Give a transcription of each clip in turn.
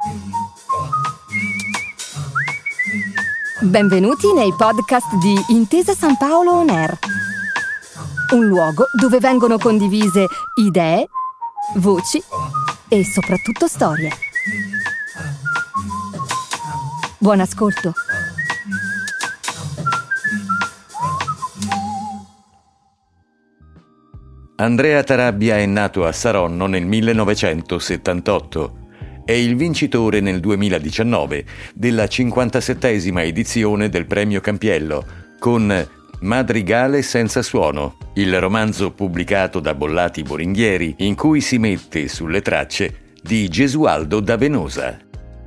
Benvenuti nei podcast di Intesa San Paolo On Air, un luogo dove vengono condivise idee, voci e soprattutto storie. Buon ascolto. Andrea Tarabia è nato a Saronno nel 1978. È il vincitore nel 2019 della 57esima edizione del Premio Campiello con Madrigale senza suono, il romanzo pubblicato da Bollati Boringhieri in cui si mette sulle tracce di Gesualdo da Venosa.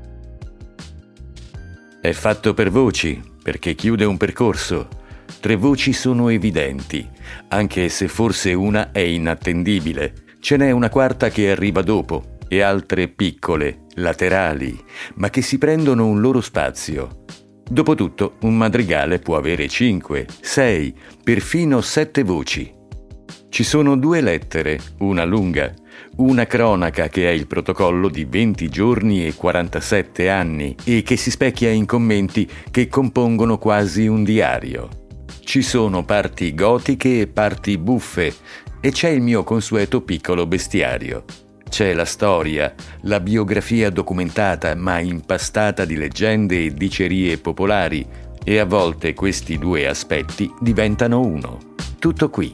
È fatto per voci, perché chiude un percorso. 3 voci sono evidenti, anche se forse una è inattendibile. Ce n'è una quarta che arriva dopo e altre piccole, laterali, ma che si prendono un loro spazio. Dopotutto, un madrigale può avere 5, 6, perfino 7 voci. Ci sono 2 lettere, una lunga, una cronaca che è il protocollo di 20 giorni e 47 anni e che si specchia in commenti che compongono quasi un diario. Ci sono parti gotiche e parti buffe e c'è il mio consueto piccolo bestiario. C'è la storia, la biografia documentata ma impastata di leggende e dicerie popolari e a volte questi 2 aspetti diventano uno. Tutto qui.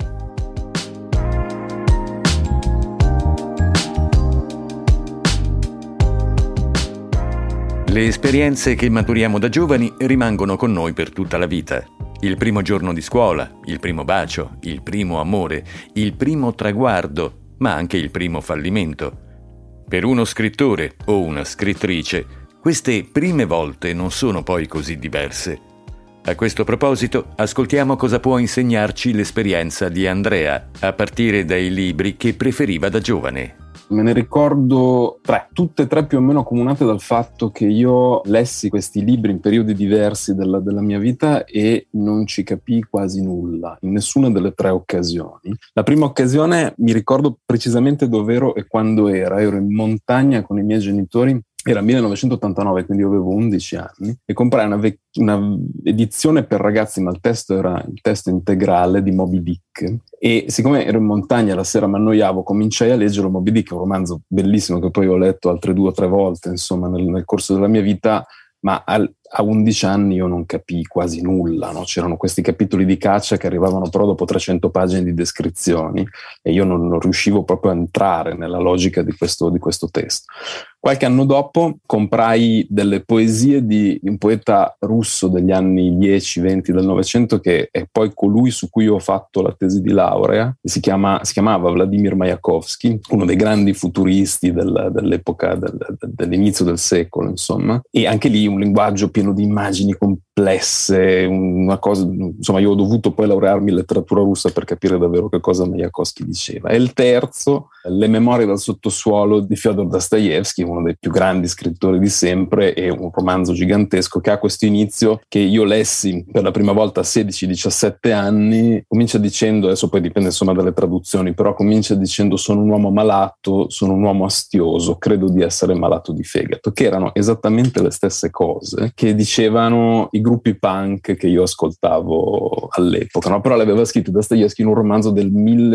Le esperienze che maturiamo da giovani rimangono con noi per tutta la vita. Il primo giorno di scuola, il primo bacio, il primo amore, il primo traguardo, ma anche il primo fallimento. Per uno scrittore o una scrittrice, queste prime volte non sono poi così diverse. A questo proposito, ascoltiamo cosa può insegnarci l'esperienza di Andrea, a partire dai libri che preferiva da giovane. Me ne ricordo 3, tutte e 3 più o meno accomunate dal fatto che io lessi questi libri in periodi diversi della mia vita e non ci capii quasi nulla, in nessuna delle 3 occasioni. La prima occasione mi ricordo precisamente dove ero e quando ero in montagna con i miei genitori. Era 1989, quindi io avevo 11 anni, e comprai una edizione per ragazzi, ma il testo era il testo integrale di Moby Dick. E siccome ero in montagna la sera mi annoiavo, cominciai a leggere Moby Dick, un romanzo bellissimo che poi ho letto altre 2 o 3 volte, insomma, nel corso della mia vita, ma a 11 anni io non capii quasi nulla, no? C'erano questi capitoli di caccia che arrivavano però dopo 300 pagine di descrizioni e io non riuscivo proprio a entrare nella logica di questo testo. Qualche anno dopo comprai delle poesie di un poeta russo degli anni 10-20 del Novecento, che è poi colui su cui ho fatto la tesi di laurea, e si chiamava Vladimir Mayakovsky, uno dei grandi futuristi dell'epoca dell'inizio del secolo, insomma, e anche lì un linguaggio pieno di immagini complesse, una cosa, insomma, io ho dovuto poi laurearmi in letteratura russa per capire davvero che cosa Mayakovsky diceva. E il terzo, Le memorie dal sottosuolo di Fyodor Dostoevskij, uno dei più grandi scrittori di sempre, e un romanzo gigantesco che ha questo inizio che io lessi per la prima volta a 16-17 anni. Comincia dicendo, adesso poi dipende insomma dalle traduzioni, però comincia dicendo: sono un uomo malato, sono un uomo astioso, credo di essere malato di fegato, che erano esattamente le stesse cose che dicevano i gruppi punk che io ascoltavo all'epoca, no? Però l'aveva scritto Dostoevskij in un romanzo del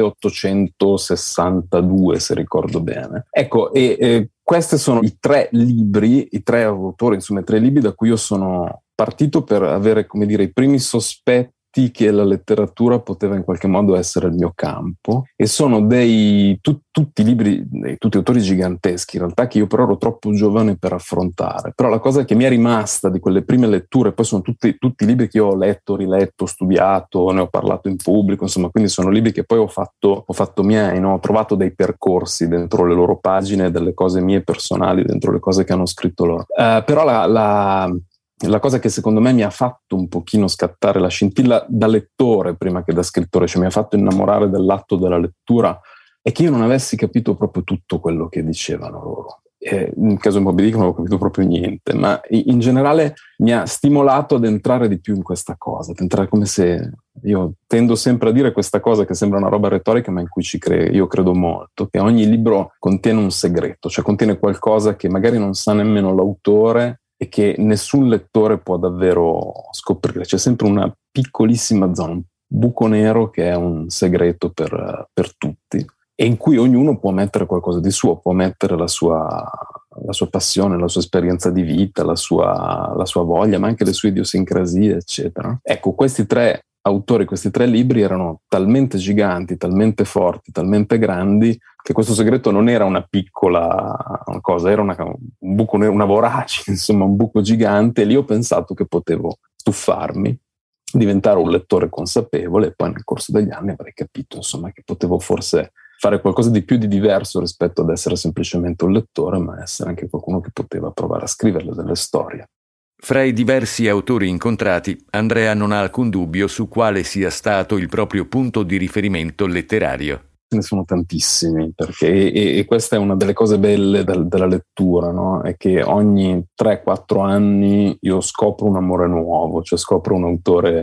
1862, se ricordo bene. Ecco, e questi sono i 3 libri, i 3 autori, insomma i 3 libri da cui io sono partito per avere, come dire, i primi sospetti che la letteratura poteva in qualche modo essere il mio campo, e sono tutti libri, tutti autori giganteschi in realtà, che io però ero troppo giovane per affrontare. Però la cosa che mi è rimasta di quelle prime letture, poi sono tutti libri che io ho letto, riletto, studiato, ne ho parlato in pubblico, insomma, quindi sono libri che poi ho fatto miei, no? Ho trovato dei percorsi dentro le loro pagine, delle cose mie personali dentro le cose che hanno scritto loro. Però la cosa che secondo me mi ha fatto un pochino scattare la scintilla da lettore prima che da scrittore, cioè mi ha fatto innamorare dell'atto della lettura, è che io non avessi capito proprio tutto quello che dicevano loro. Nel caso di Moby Dick non ho capito proprio niente, ma in generale mi ha stimolato ad entrare di più in questa cosa, ad entrare come se Io tendo sempre a dire questa cosa che sembra una roba retorica, ma in cui io credo molto, che ogni libro contiene un segreto, cioè contiene qualcosa che magari non sa nemmeno l'autore e che nessun lettore può davvero scoprire. C'è sempre una piccolissima zona, un buco nero che è un segreto per tutti, e in cui ognuno può mettere qualcosa di suo, può mettere la sua passione, la sua esperienza di vita, la sua voglia, ma anche le sue idiosincrasie, eccetera. Ecco, questi tre autori, questi tre libri erano talmente giganti, talmente forti, talmente grandi, che questo segreto non era una piccola cosa, era un buco nero, una voragine, insomma, un buco gigante, e lì ho pensato che potevo stuffarmi, diventare un lettore consapevole, e poi nel corso degli anni avrei capito, insomma, che potevo forse fare qualcosa di più di diverso rispetto ad essere semplicemente un lettore, ma essere anche qualcuno che poteva provare a scrivere delle storie. Fra i diversi autori incontrati, Andrea non ha alcun dubbio su quale sia stato il proprio punto di riferimento letterario. Ce ne sono tantissimi, perché e questa è una delle cose belle della lettura, no? È che ogni 3-4 anni io scopro un amore nuovo, cioè scopro un autore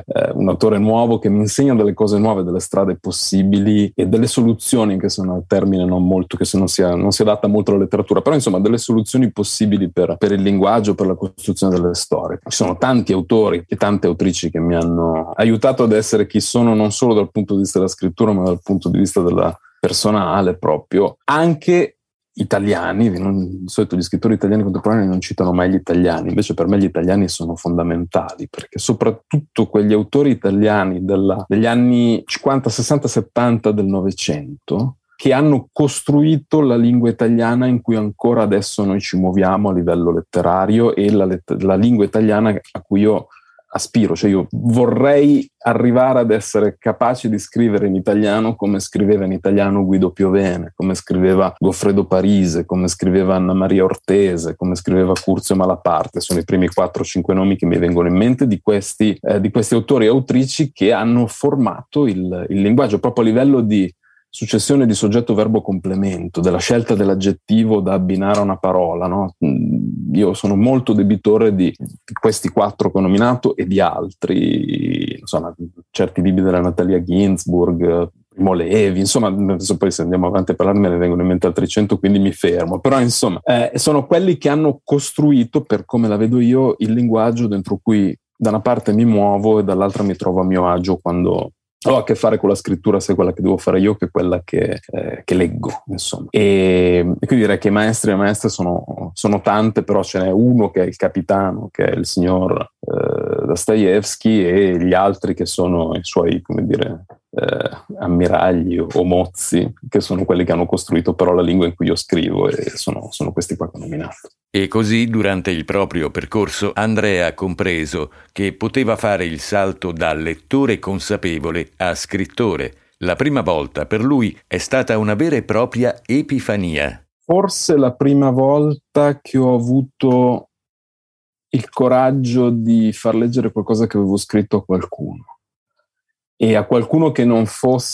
nuovo che mi insegna delle cose nuove, delle strade possibili e delle soluzioni, che sono il termine non si adatta molto alla letteratura, però insomma delle soluzioni possibili per il linguaggio, per la costruzione delle storie. Ci sono tanti autori e tante autrici che mi hanno aiutato ad essere chi sono, non solo dal punto di vista della scrittura, ma dal punto di vista della personale proprio, anche italiani. Di solito gli scrittori italiani contemporanei non citano mai gli italiani, invece per me gli italiani sono fondamentali, perché soprattutto quegli autori italiani degli anni 50, 60, 70 del Novecento, che hanno costruito la lingua italiana in cui ancora adesso noi ci muoviamo a livello letterario, e la lingua italiana a cui io aspiro, cioè io vorrei arrivare ad essere capace di scrivere in italiano come scriveva in italiano Guido Piovene, come scriveva Goffredo Parise, come scriveva Anna Maria Ortese, come scriveva Curzio Malaparte. Sono i primi 4-5 nomi che mi vengono in mente di questi autori e autrici che hanno formato il linguaggio proprio a livello di successione di soggetto verbo complemento, della scelta dell'aggettivo da abbinare a una parola, no? Io sono molto debitore di questi 4 che ho nominato e di altri, insomma, certi libri della Natalia Ginzburg, Primo Levi, insomma, adesso poi se andiamo avanti a parlare me ne vengono in mente altri 100, quindi mi fermo, però insomma sono quelli che hanno costruito, per come la vedo io, il linguaggio dentro cui da una parte mi muovo e dall'altra mi trovo a mio agio quando ho a che fare con la scrittura, sia quella che devo fare io che quella che leggo, insomma. E quindi direi che maestri e maestre sono tante, però ce n'è uno che è il capitano, che è il signor Dostoevskij, e gli altri che sono i suoi, come dire, ammiragli o mozzi, che sono quelli che hanno costruito però la lingua in cui io scrivo, e sono questi qua che ho nominato. E così, durante il proprio percorso, Andrea ha compreso che poteva fare il salto da lettore consapevole a scrittore. La prima volta per lui è stata una vera e propria epifania. Forse la prima volta che ho avuto il coraggio di far leggere qualcosa che avevo scritto a qualcuno, e a qualcuno che non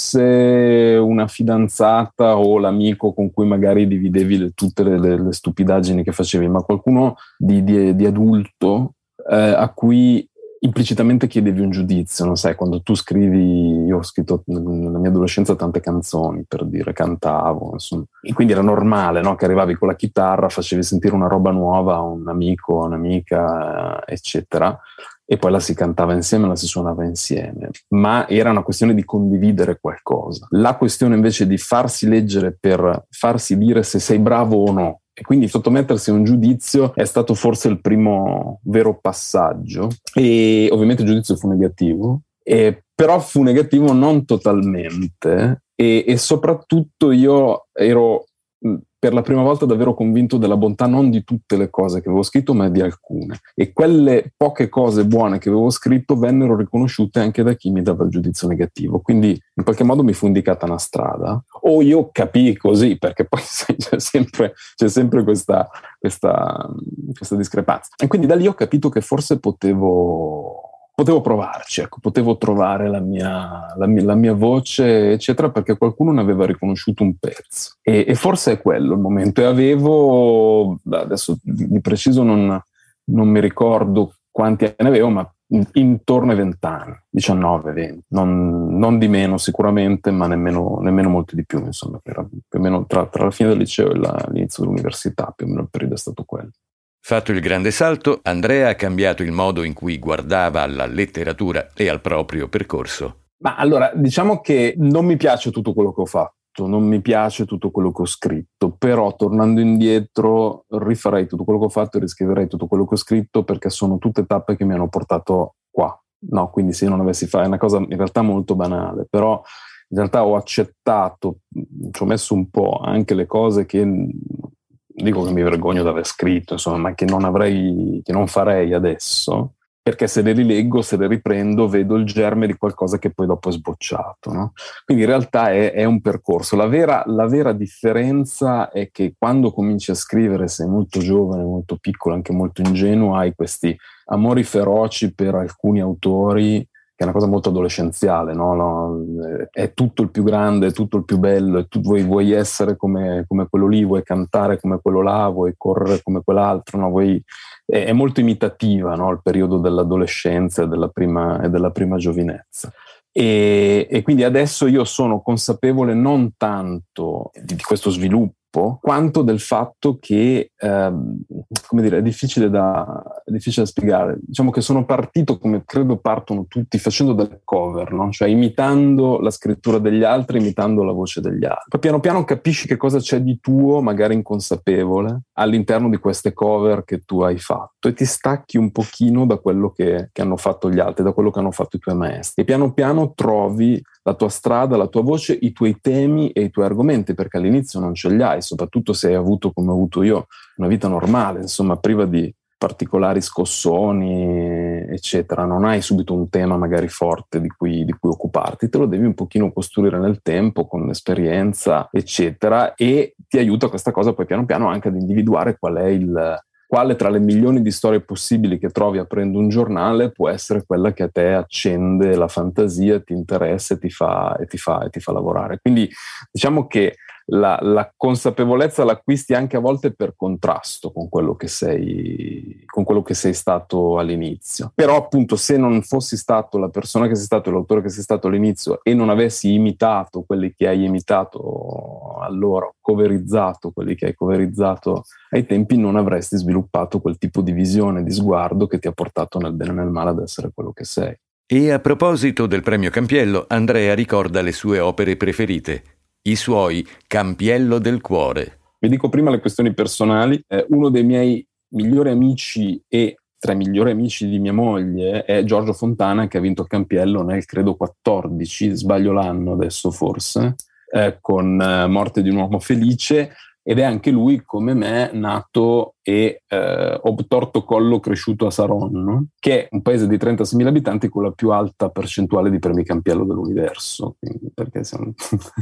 fosse una fidanzata o l'amico con cui magari dividevi tutte le stupidaggini che facevi, ma qualcuno di adulto a cui implicitamente chiedevi un giudizio. Non sai, quando tu scrivi, io ho scritto nella mia adolescenza tante canzoni, per dire, cantavo, insomma, e quindi era normale, no, che arrivavi con la chitarra, facevi sentire una roba nuova a un amico, a un'amica, eccetera, e poi la si cantava insieme, la si suonava insieme, ma era una questione di condividere qualcosa. La questione invece di farsi leggere per farsi dire se sei bravo o no, e quindi sottomettersi a un giudizio, è stato forse il primo vero passaggio, e ovviamente il giudizio fu negativo, però fu negativo non totalmente, e soprattutto io ero per la prima volta davvero convinto della bontà non di tutte le cose che avevo scritto, ma di alcune, e quelle poche cose buone che avevo scritto vennero riconosciute anche da chi mi dava il giudizio negativo, quindi in qualche modo mi fu indicata una strada, o io capii così, perché poi sai, c'è sempre questa discrepanza, e quindi da lì ho capito che forse potevo provarci, ecco, potevo trovare la mia voce, eccetera, perché qualcuno ne aveva riconosciuto un pezzo, e forse è quello il momento. E avevo, adesso di preciso non mi ricordo quanti anni avevo, ma intorno ai 20 anni, 19-20, non di meno sicuramente, ma nemmeno molto di più, insomma, era più o meno tra la fine del liceo e l'inizio dell'università, più o meno il periodo è stato quello. Fatto il grande salto, Andrea ha cambiato il modo in cui guardava alla letteratura e al proprio percorso. Ma allora, diciamo che non mi piace tutto quello che ho fatto, non mi piace tutto quello che ho scritto, però tornando indietro rifarei tutto quello che ho fatto e riscriverei tutto quello che ho scritto, perché sono tutte tappe che mi hanno portato qua. No, quindi se io non avessi fatto, è una cosa in realtà molto banale, però in realtà ho accettato, ci ho messo un po' anche le cose che dico che mi vergogno di aver scritto, insomma, ma che non farei adesso, perché se le rileggo, se le riprendo, vedo il germe di qualcosa che poi dopo è sbocciato, no? Quindi in realtà è un percorso. La vera differenza è che quando cominci a scrivere, sei molto giovane, molto piccolo, anche molto ingenuo, hai questi amori feroci per alcuni autori, che è una cosa molto adolescenziale, no? È tutto il più grande, è tutto il più bello, e tu vuoi essere come quello lì, vuoi cantare come quello là, vuoi correre come quell'altro, no? È molto imitativa, no? Il periodo dell'adolescenza e della prima giovinezza. E quindi adesso io sono consapevole non tanto di questo sviluppo, quanto del fatto che, come dire, è difficile da spiegare. Diciamo che sono partito, come credo partono tutti, facendo delle cover, no? Cioè imitando la scrittura degli altri, imitando la voce degli altri. Poi piano piano capisci che cosa c'è di tuo, magari inconsapevole, all'interno di queste cover che tu hai fatto, e ti stacchi un pochino da quello che hanno fatto gli altri, da quello che hanno fatto i tuoi maestri. E piano piano trovi la tua strada, la tua voce, i tuoi temi e i tuoi argomenti, perché all'inizio non ce li hai, soprattutto se hai avuto, come ho avuto io, una vita normale, insomma, priva di particolari scossoni, eccetera. Non hai subito un tema magari forte di cui occuparti, te lo devi un pochino costruire nel tempo, con l'esperienza, eccetera, e ti aiuta questa cosa poi piano piano anche ad individuare quale tra le milioni di storie possibili che trovi aprendo un giornale può essere quella che a te accende la fantasia, ti interessa e ti fa lavorare. Quindi diciamo che la consapevolezza l'acquisti anche a volte per contrasto con quello che sei stato all'inizio. Però appunto, se non fossi stato la persona che sei stato, l'autore che sei stato all'inizio, e non avessi imitato quelli che hai imitato allora, coverizzato quelli che hai coverizzato ai tempi, non avresti sviluppato quel tipo di visione, di sguardo che ti ha portato nel bene e nel male ad essere quello che sei. E a proposito del premio Campiello, Andrea ricorda le sue opere preferite, i suoi Campiello del cuore. Vi dico prima le questioni personali. Uno dei miei migliori amici e tra i migliori amici di mia moglie è Giorgio Fontana, che ha vinto il Campiello nel credo 14, sbaglio l'anno adesso forse, con Morte di un uomo felice, ed è anche lui, come me, nato e obtorto collo cresciuto a Saronno, che è un paese di 36.000 abitanti con la più alta percentuale di premi Campiello dell'universo. Quindi, perché siamo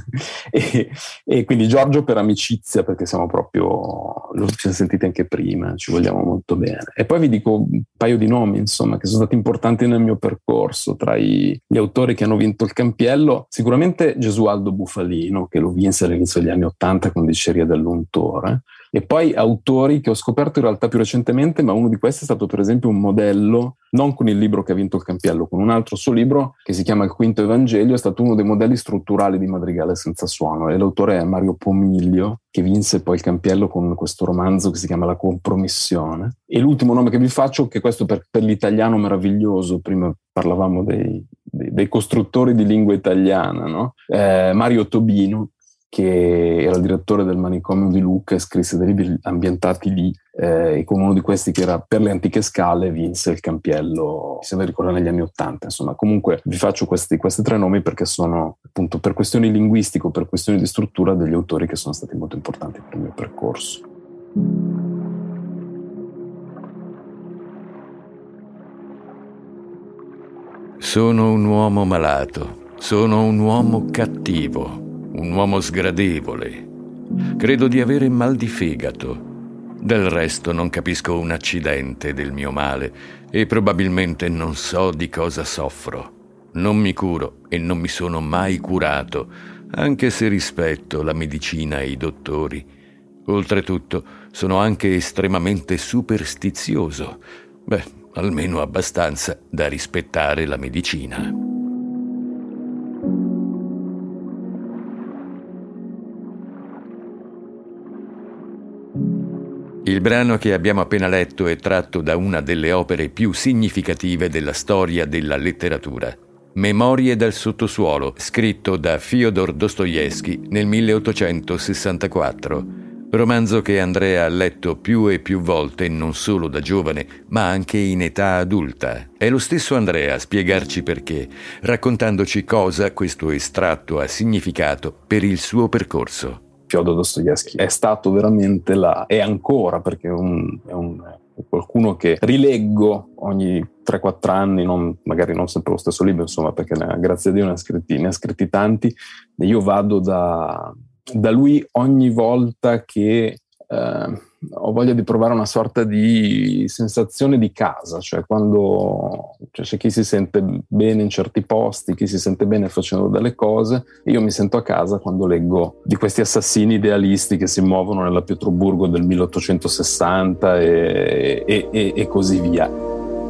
e quindi Giorgio per amicizia, perché siamo proprio, ci siamo sentiti anche prima, ci vogliamo molto bene. E poi vi dico un paio di nomi, insomma, che sono stati importanti nel mio percorso. Tra gli autori che hanno vinto il Campiello, sicuramente Gesualdo Bufalino, che lo vinse all'inizio degli anni '80 con Diceria dell'Untore. E poi autori che ho scoperto in realtà più recentemente, ma uno di questi è stato per esempio un modello, non con il libro che ha vinto il Campiello, con un altro suo libro che si chiama Il Quinto Evangelio, è stato uno dei modelli strutturali di Madrigale senza suono, e l'autore è Mario Pomiglio, che vinse poi il Campiello con questo romanzo che si chiama La Compromissione. E l'ultimo nome che vi faccio, che questo per l'italiano meraviglioso, prima parlavamo dei costruttori di lingua italiana, no? Mario Tobino, che era il direttore del manicomio di Lucca e scrisse dei libri ambientati lì, e con uno di questi, che era Per le antiche scale, vinse il Campiello, se mi ricordo, negli anni '80. Insomma, comunque vi faccio questi tre nomi perché sono, appunto, per questioni linguistiche o per questioni di struttura, degli autori che sono stati molto importanti per il mio percorso. Sono un uomo malato, sono un uomo cattivo, un uomo sgradevole. Credo di avere mal di fegato. Del resto non capisco un accidente del mio male e probabilmente non so di cosa soffro. Non mi curo e non mi sono mai curato, anche se rispetto la medicina e i dottori. Oltretutto, sono anche estremamente superstizioso. almeno abbastanza da rispettare la medicina. Il brano che abbiamo appena letto è tratto da una delle opere più significative della storia della letteratura. Memorie dal sottosuolo, scritto da Fyodor Dostoevskij nel 1864, romanzo che Andrea ha letto più e più volte non solo da giovane, ma anche in età adulta. È lo stesso Andrea a spiegarci perché, raccontandoci cosa questo estratto ha significato per il suo percorso. Fyodor Dostoevskij è stato veramente è ancora, perché è qualcuno che rileggo ogni 3-4 anni, magari non sempre lo stesso libro, insomma, perché grazie a Dio ne ha scritti tanti, e io vado da lui ogni volta che ho voglia di provare una sorta di sensazione di casa, cioè quando c'è chi si sente bene in certi posti, chi si sente bene facendo delle cose, e io mi sento a casa quando leggo di questi assassini idealisti che si muovono nella Pietroburgo del 1860 e così via.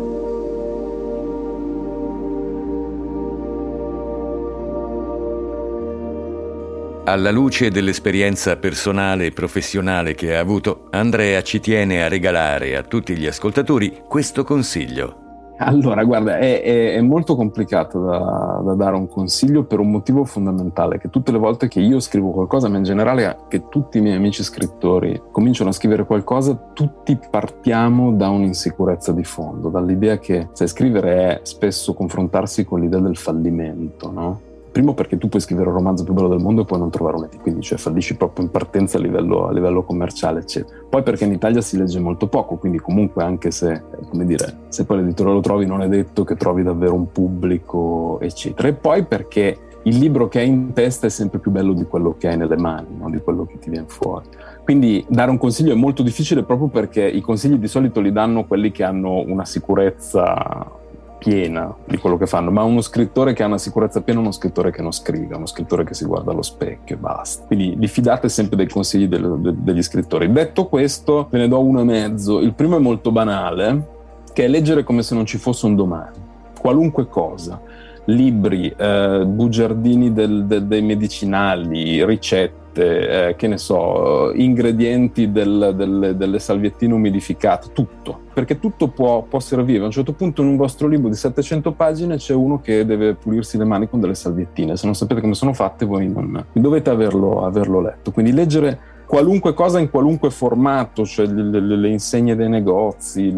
Alla luce dell'esperienza personale e professionale che ha avuto, Andrea ci tiene a regalare a tutti gli ascoltatori questo consiglio. Allora, guarda, è molto complicato da dare un consiglio per un motivo fondamentale, che tutte le volte che io scrivo qualcosa, ma in generale che tutti i miei amici scrittori cominciano a scrivere qualcosa, tutti partiamo da un'insicurezza di fondo, dall'idea che sai, scrivere è spesso confrontarsi con l'idea del fallimento, no? Primo perché tu puoi scrivere il romanzo più bello del mondo e poi non trovare un editor, quindi fallisci proprio in partenza a livello commerciale, eccetera. Poi perché in Italia si legge molto poco, quindi comunque anche se poi l'editore lo trovi non è detto che trovi davvero un pubblico, eccetera. E poi perché il libro che hai in testa è sempre più bello di quello che hai nelle mani, no? Di quello che ti viene fuori. Quindi dare un consiglio è molto difficile proprio perché i consigli di solito li danno quelli che hanno una sicurezza piena di quello che fanno, ma uno scrittore che ha una sicurezza piena è uno scrittore che non scrive, uno scrittore che si guarda allo specchio e basta. Quindi vi fidate sempre dei consigli degli scrittori. Detto questo, ve ne do uno e mezzo. Il primo è molto banale, che è leggere come se non ci fosse un domani. Qualunque cosa. Libri, bugiardini dei medicinali, ricette, che ne so, ingredienti delle salviettine umidificate, tutto. Perché tutto può servire. A un certo punto in un vostro libro di 700 pagine c'è uno che deve pulirsi le mani con delle salviettine. Se non sapete come sono fatte, voi dovete averlo letto. Quindi leggere qualunque cosa in qualunque formato, cioè le insegne dei negozi,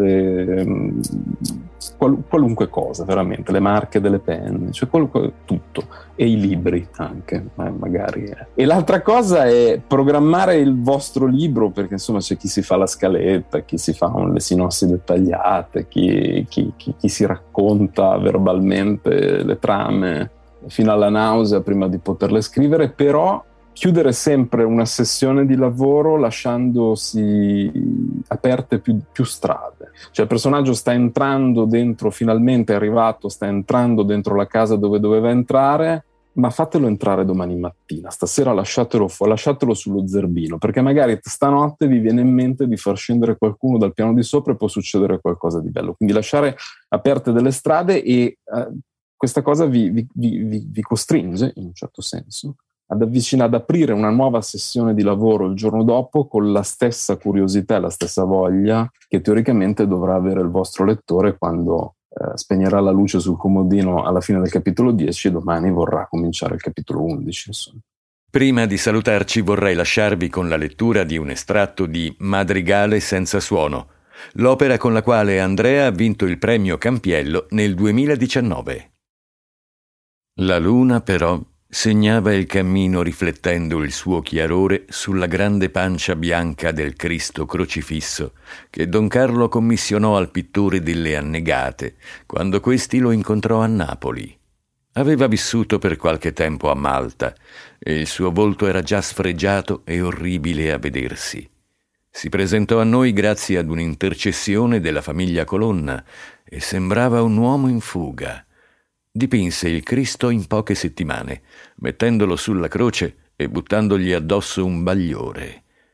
qualunque cosa, veramente, le marche delle penne, cioè tutto, e i libri anche, magari. E l'altra cosa è programmare il vostro libro, perché insomma c'è chi si fa la scaletta, chi si fa le sinossi dettagliate, chi si racconta verbalmente le trame fino alla nausea prima di poterle scrivere, però chiudere sempre una sessione di lavoro lasciandosi aperte più strade. Cioè il personaggio sta entrando dentro, finalmente è arrivato, sta entrando dentro la casa dove doveva entrare, ma fatelo entrare domani mattina, stasera lasciatelo sullo zerbino, perché magari stanotte vi viene in mente di far scendere qualcuno dal piano di sopra e può succedere qualcosa di bello. Quindi lasciare aperte delle strade e questa cosa vi costringe, in un certo senso, ad aprire una nuova sessione di lavoro il giorno dopo con la stessa curiosità e la stessa voglia che teoricamente dovrà avere il vostro lettore quando spegnerà la luce sul comodino alla fine del capitolo 10 e domani vorrà cominciare il capitolo 11, insomma. Prima di salutarci vorrei lasciarvi con la lettura di un estratto di Madrigale senza suono, l'opera con la quale Andrea ha vinto il premio Campiello nel 2019. La luna però segnava il cammino riflettendo il suo chiarore sulla grande pancia bianca del Cristo crocifisso che Don Carlo commissionò al pittore delle Annegate quando questi lo incontrò a Napoli. Aveva vissuto per qualche tempo a Malta e il suo volto era già sfregiato e orribile a vedersi. Si presentò a noi grazie ad un'intercessione della famiglia Colonna e sembrava un uomo in fuga. Dipinse il Cristo in poche settimane, mettendolo sulla croce e buttandogli addosso un bagliore.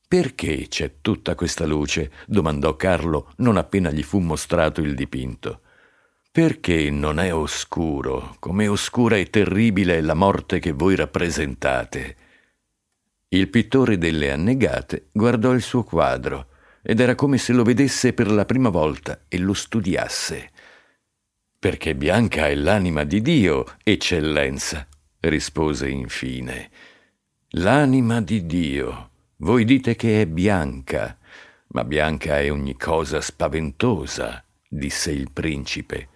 «Perché c'è tutta questa luce?» domandò Carlo non appena gli fu mostrato il dipinto. «Perché non è oscuro, come oscura e terribile è la morte che voi rappresentate?» Il pittore delle Annegate guardò il suo quadro ed era come se lo vedesse per la prima volta e lo studiasse. «Perché bianca è l'anima di Dio, eccellenza», rispose infine. «L'anima di Dio. Voi dite che è bianca, ma bianca è ogni cosa spaventosa», disse il principe.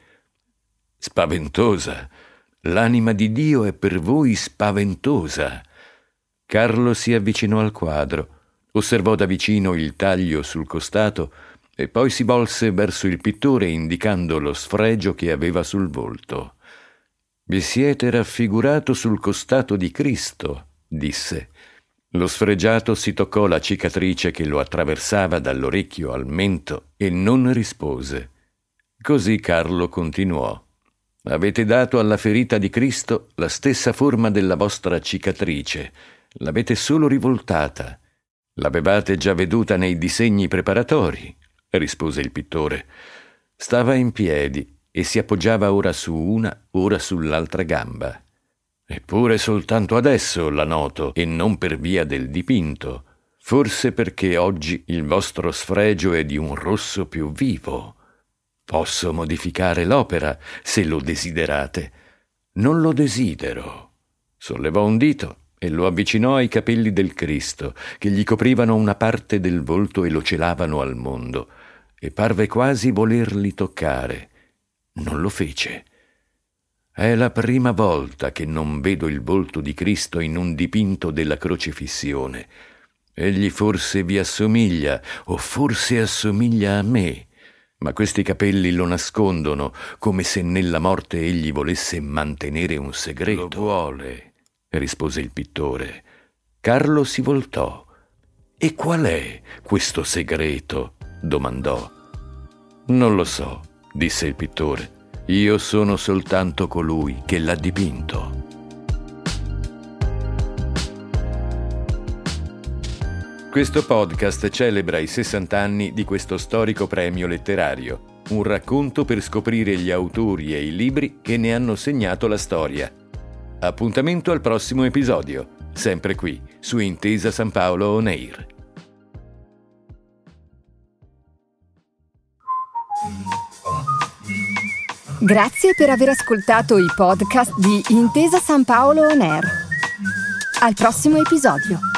«Spaventosa? L'anima di Dio è per voi spaventosa». Carlo si avvicinò al quadro, osservò da vicino il taglio sul costato e poi si volse verso il pittore indicando lo sfregio che aveva sul volto. «Vi siete raffigurato sul costato di Cristo», disse. Lo sfregiato si toccò la cicatrice che lo attraversava dall'orecchio al mento e non rispose. Così Carlo continuò. «Avete dato alla ferita di Cristo la stessa forma della vostra cicatrice. L'avete solo rivoltata. L'avevate già veduta nei disegni preparatori», rispose il pittore. Stava in piedi e si appoggiava ora su una, ora sull'altra gamba. «Eppure soltanto adesso la noto, e non per via del dipinto. Forse perché oggi il vostro sfregio è di un rosso più vivo. Posso modificare l'opera, se lo desiderate». «Non lo desidero». Sollevò un dito e lo avvicinò ai capelli del Cristo, che gli coprivano una parte del volto e lo celavano al mondo, e parve quasi volerli toccare. Non lo fece. «È la prima volta che non vedo il volto di Cristo in un dipinto della crocifissione. Egli forse vi assomiglia, o forse assomiglia a me, ma questi capelli lo nascondono, come se nella morte egli volesse mantenere un segreto». «Lo vuole», rispose il pittore. Carlo si voltò. «E qual è questo segreto?» domandò. «Non lo so», disse il pittore. «Io sono soltanto colui che l'ha dipinto». Questo podcast celebra i 60 anni di questo storico premio letterario, un racconto per scoprire gli autori e i libri che ne hanno segnato la storia. Appuntamento al prossimo episodio, sempre qui, su Intesa San Paolo On Air. Grazie per aver ascoltato i podcast di Intesa San Paolo On Air. Al prossimo episodio.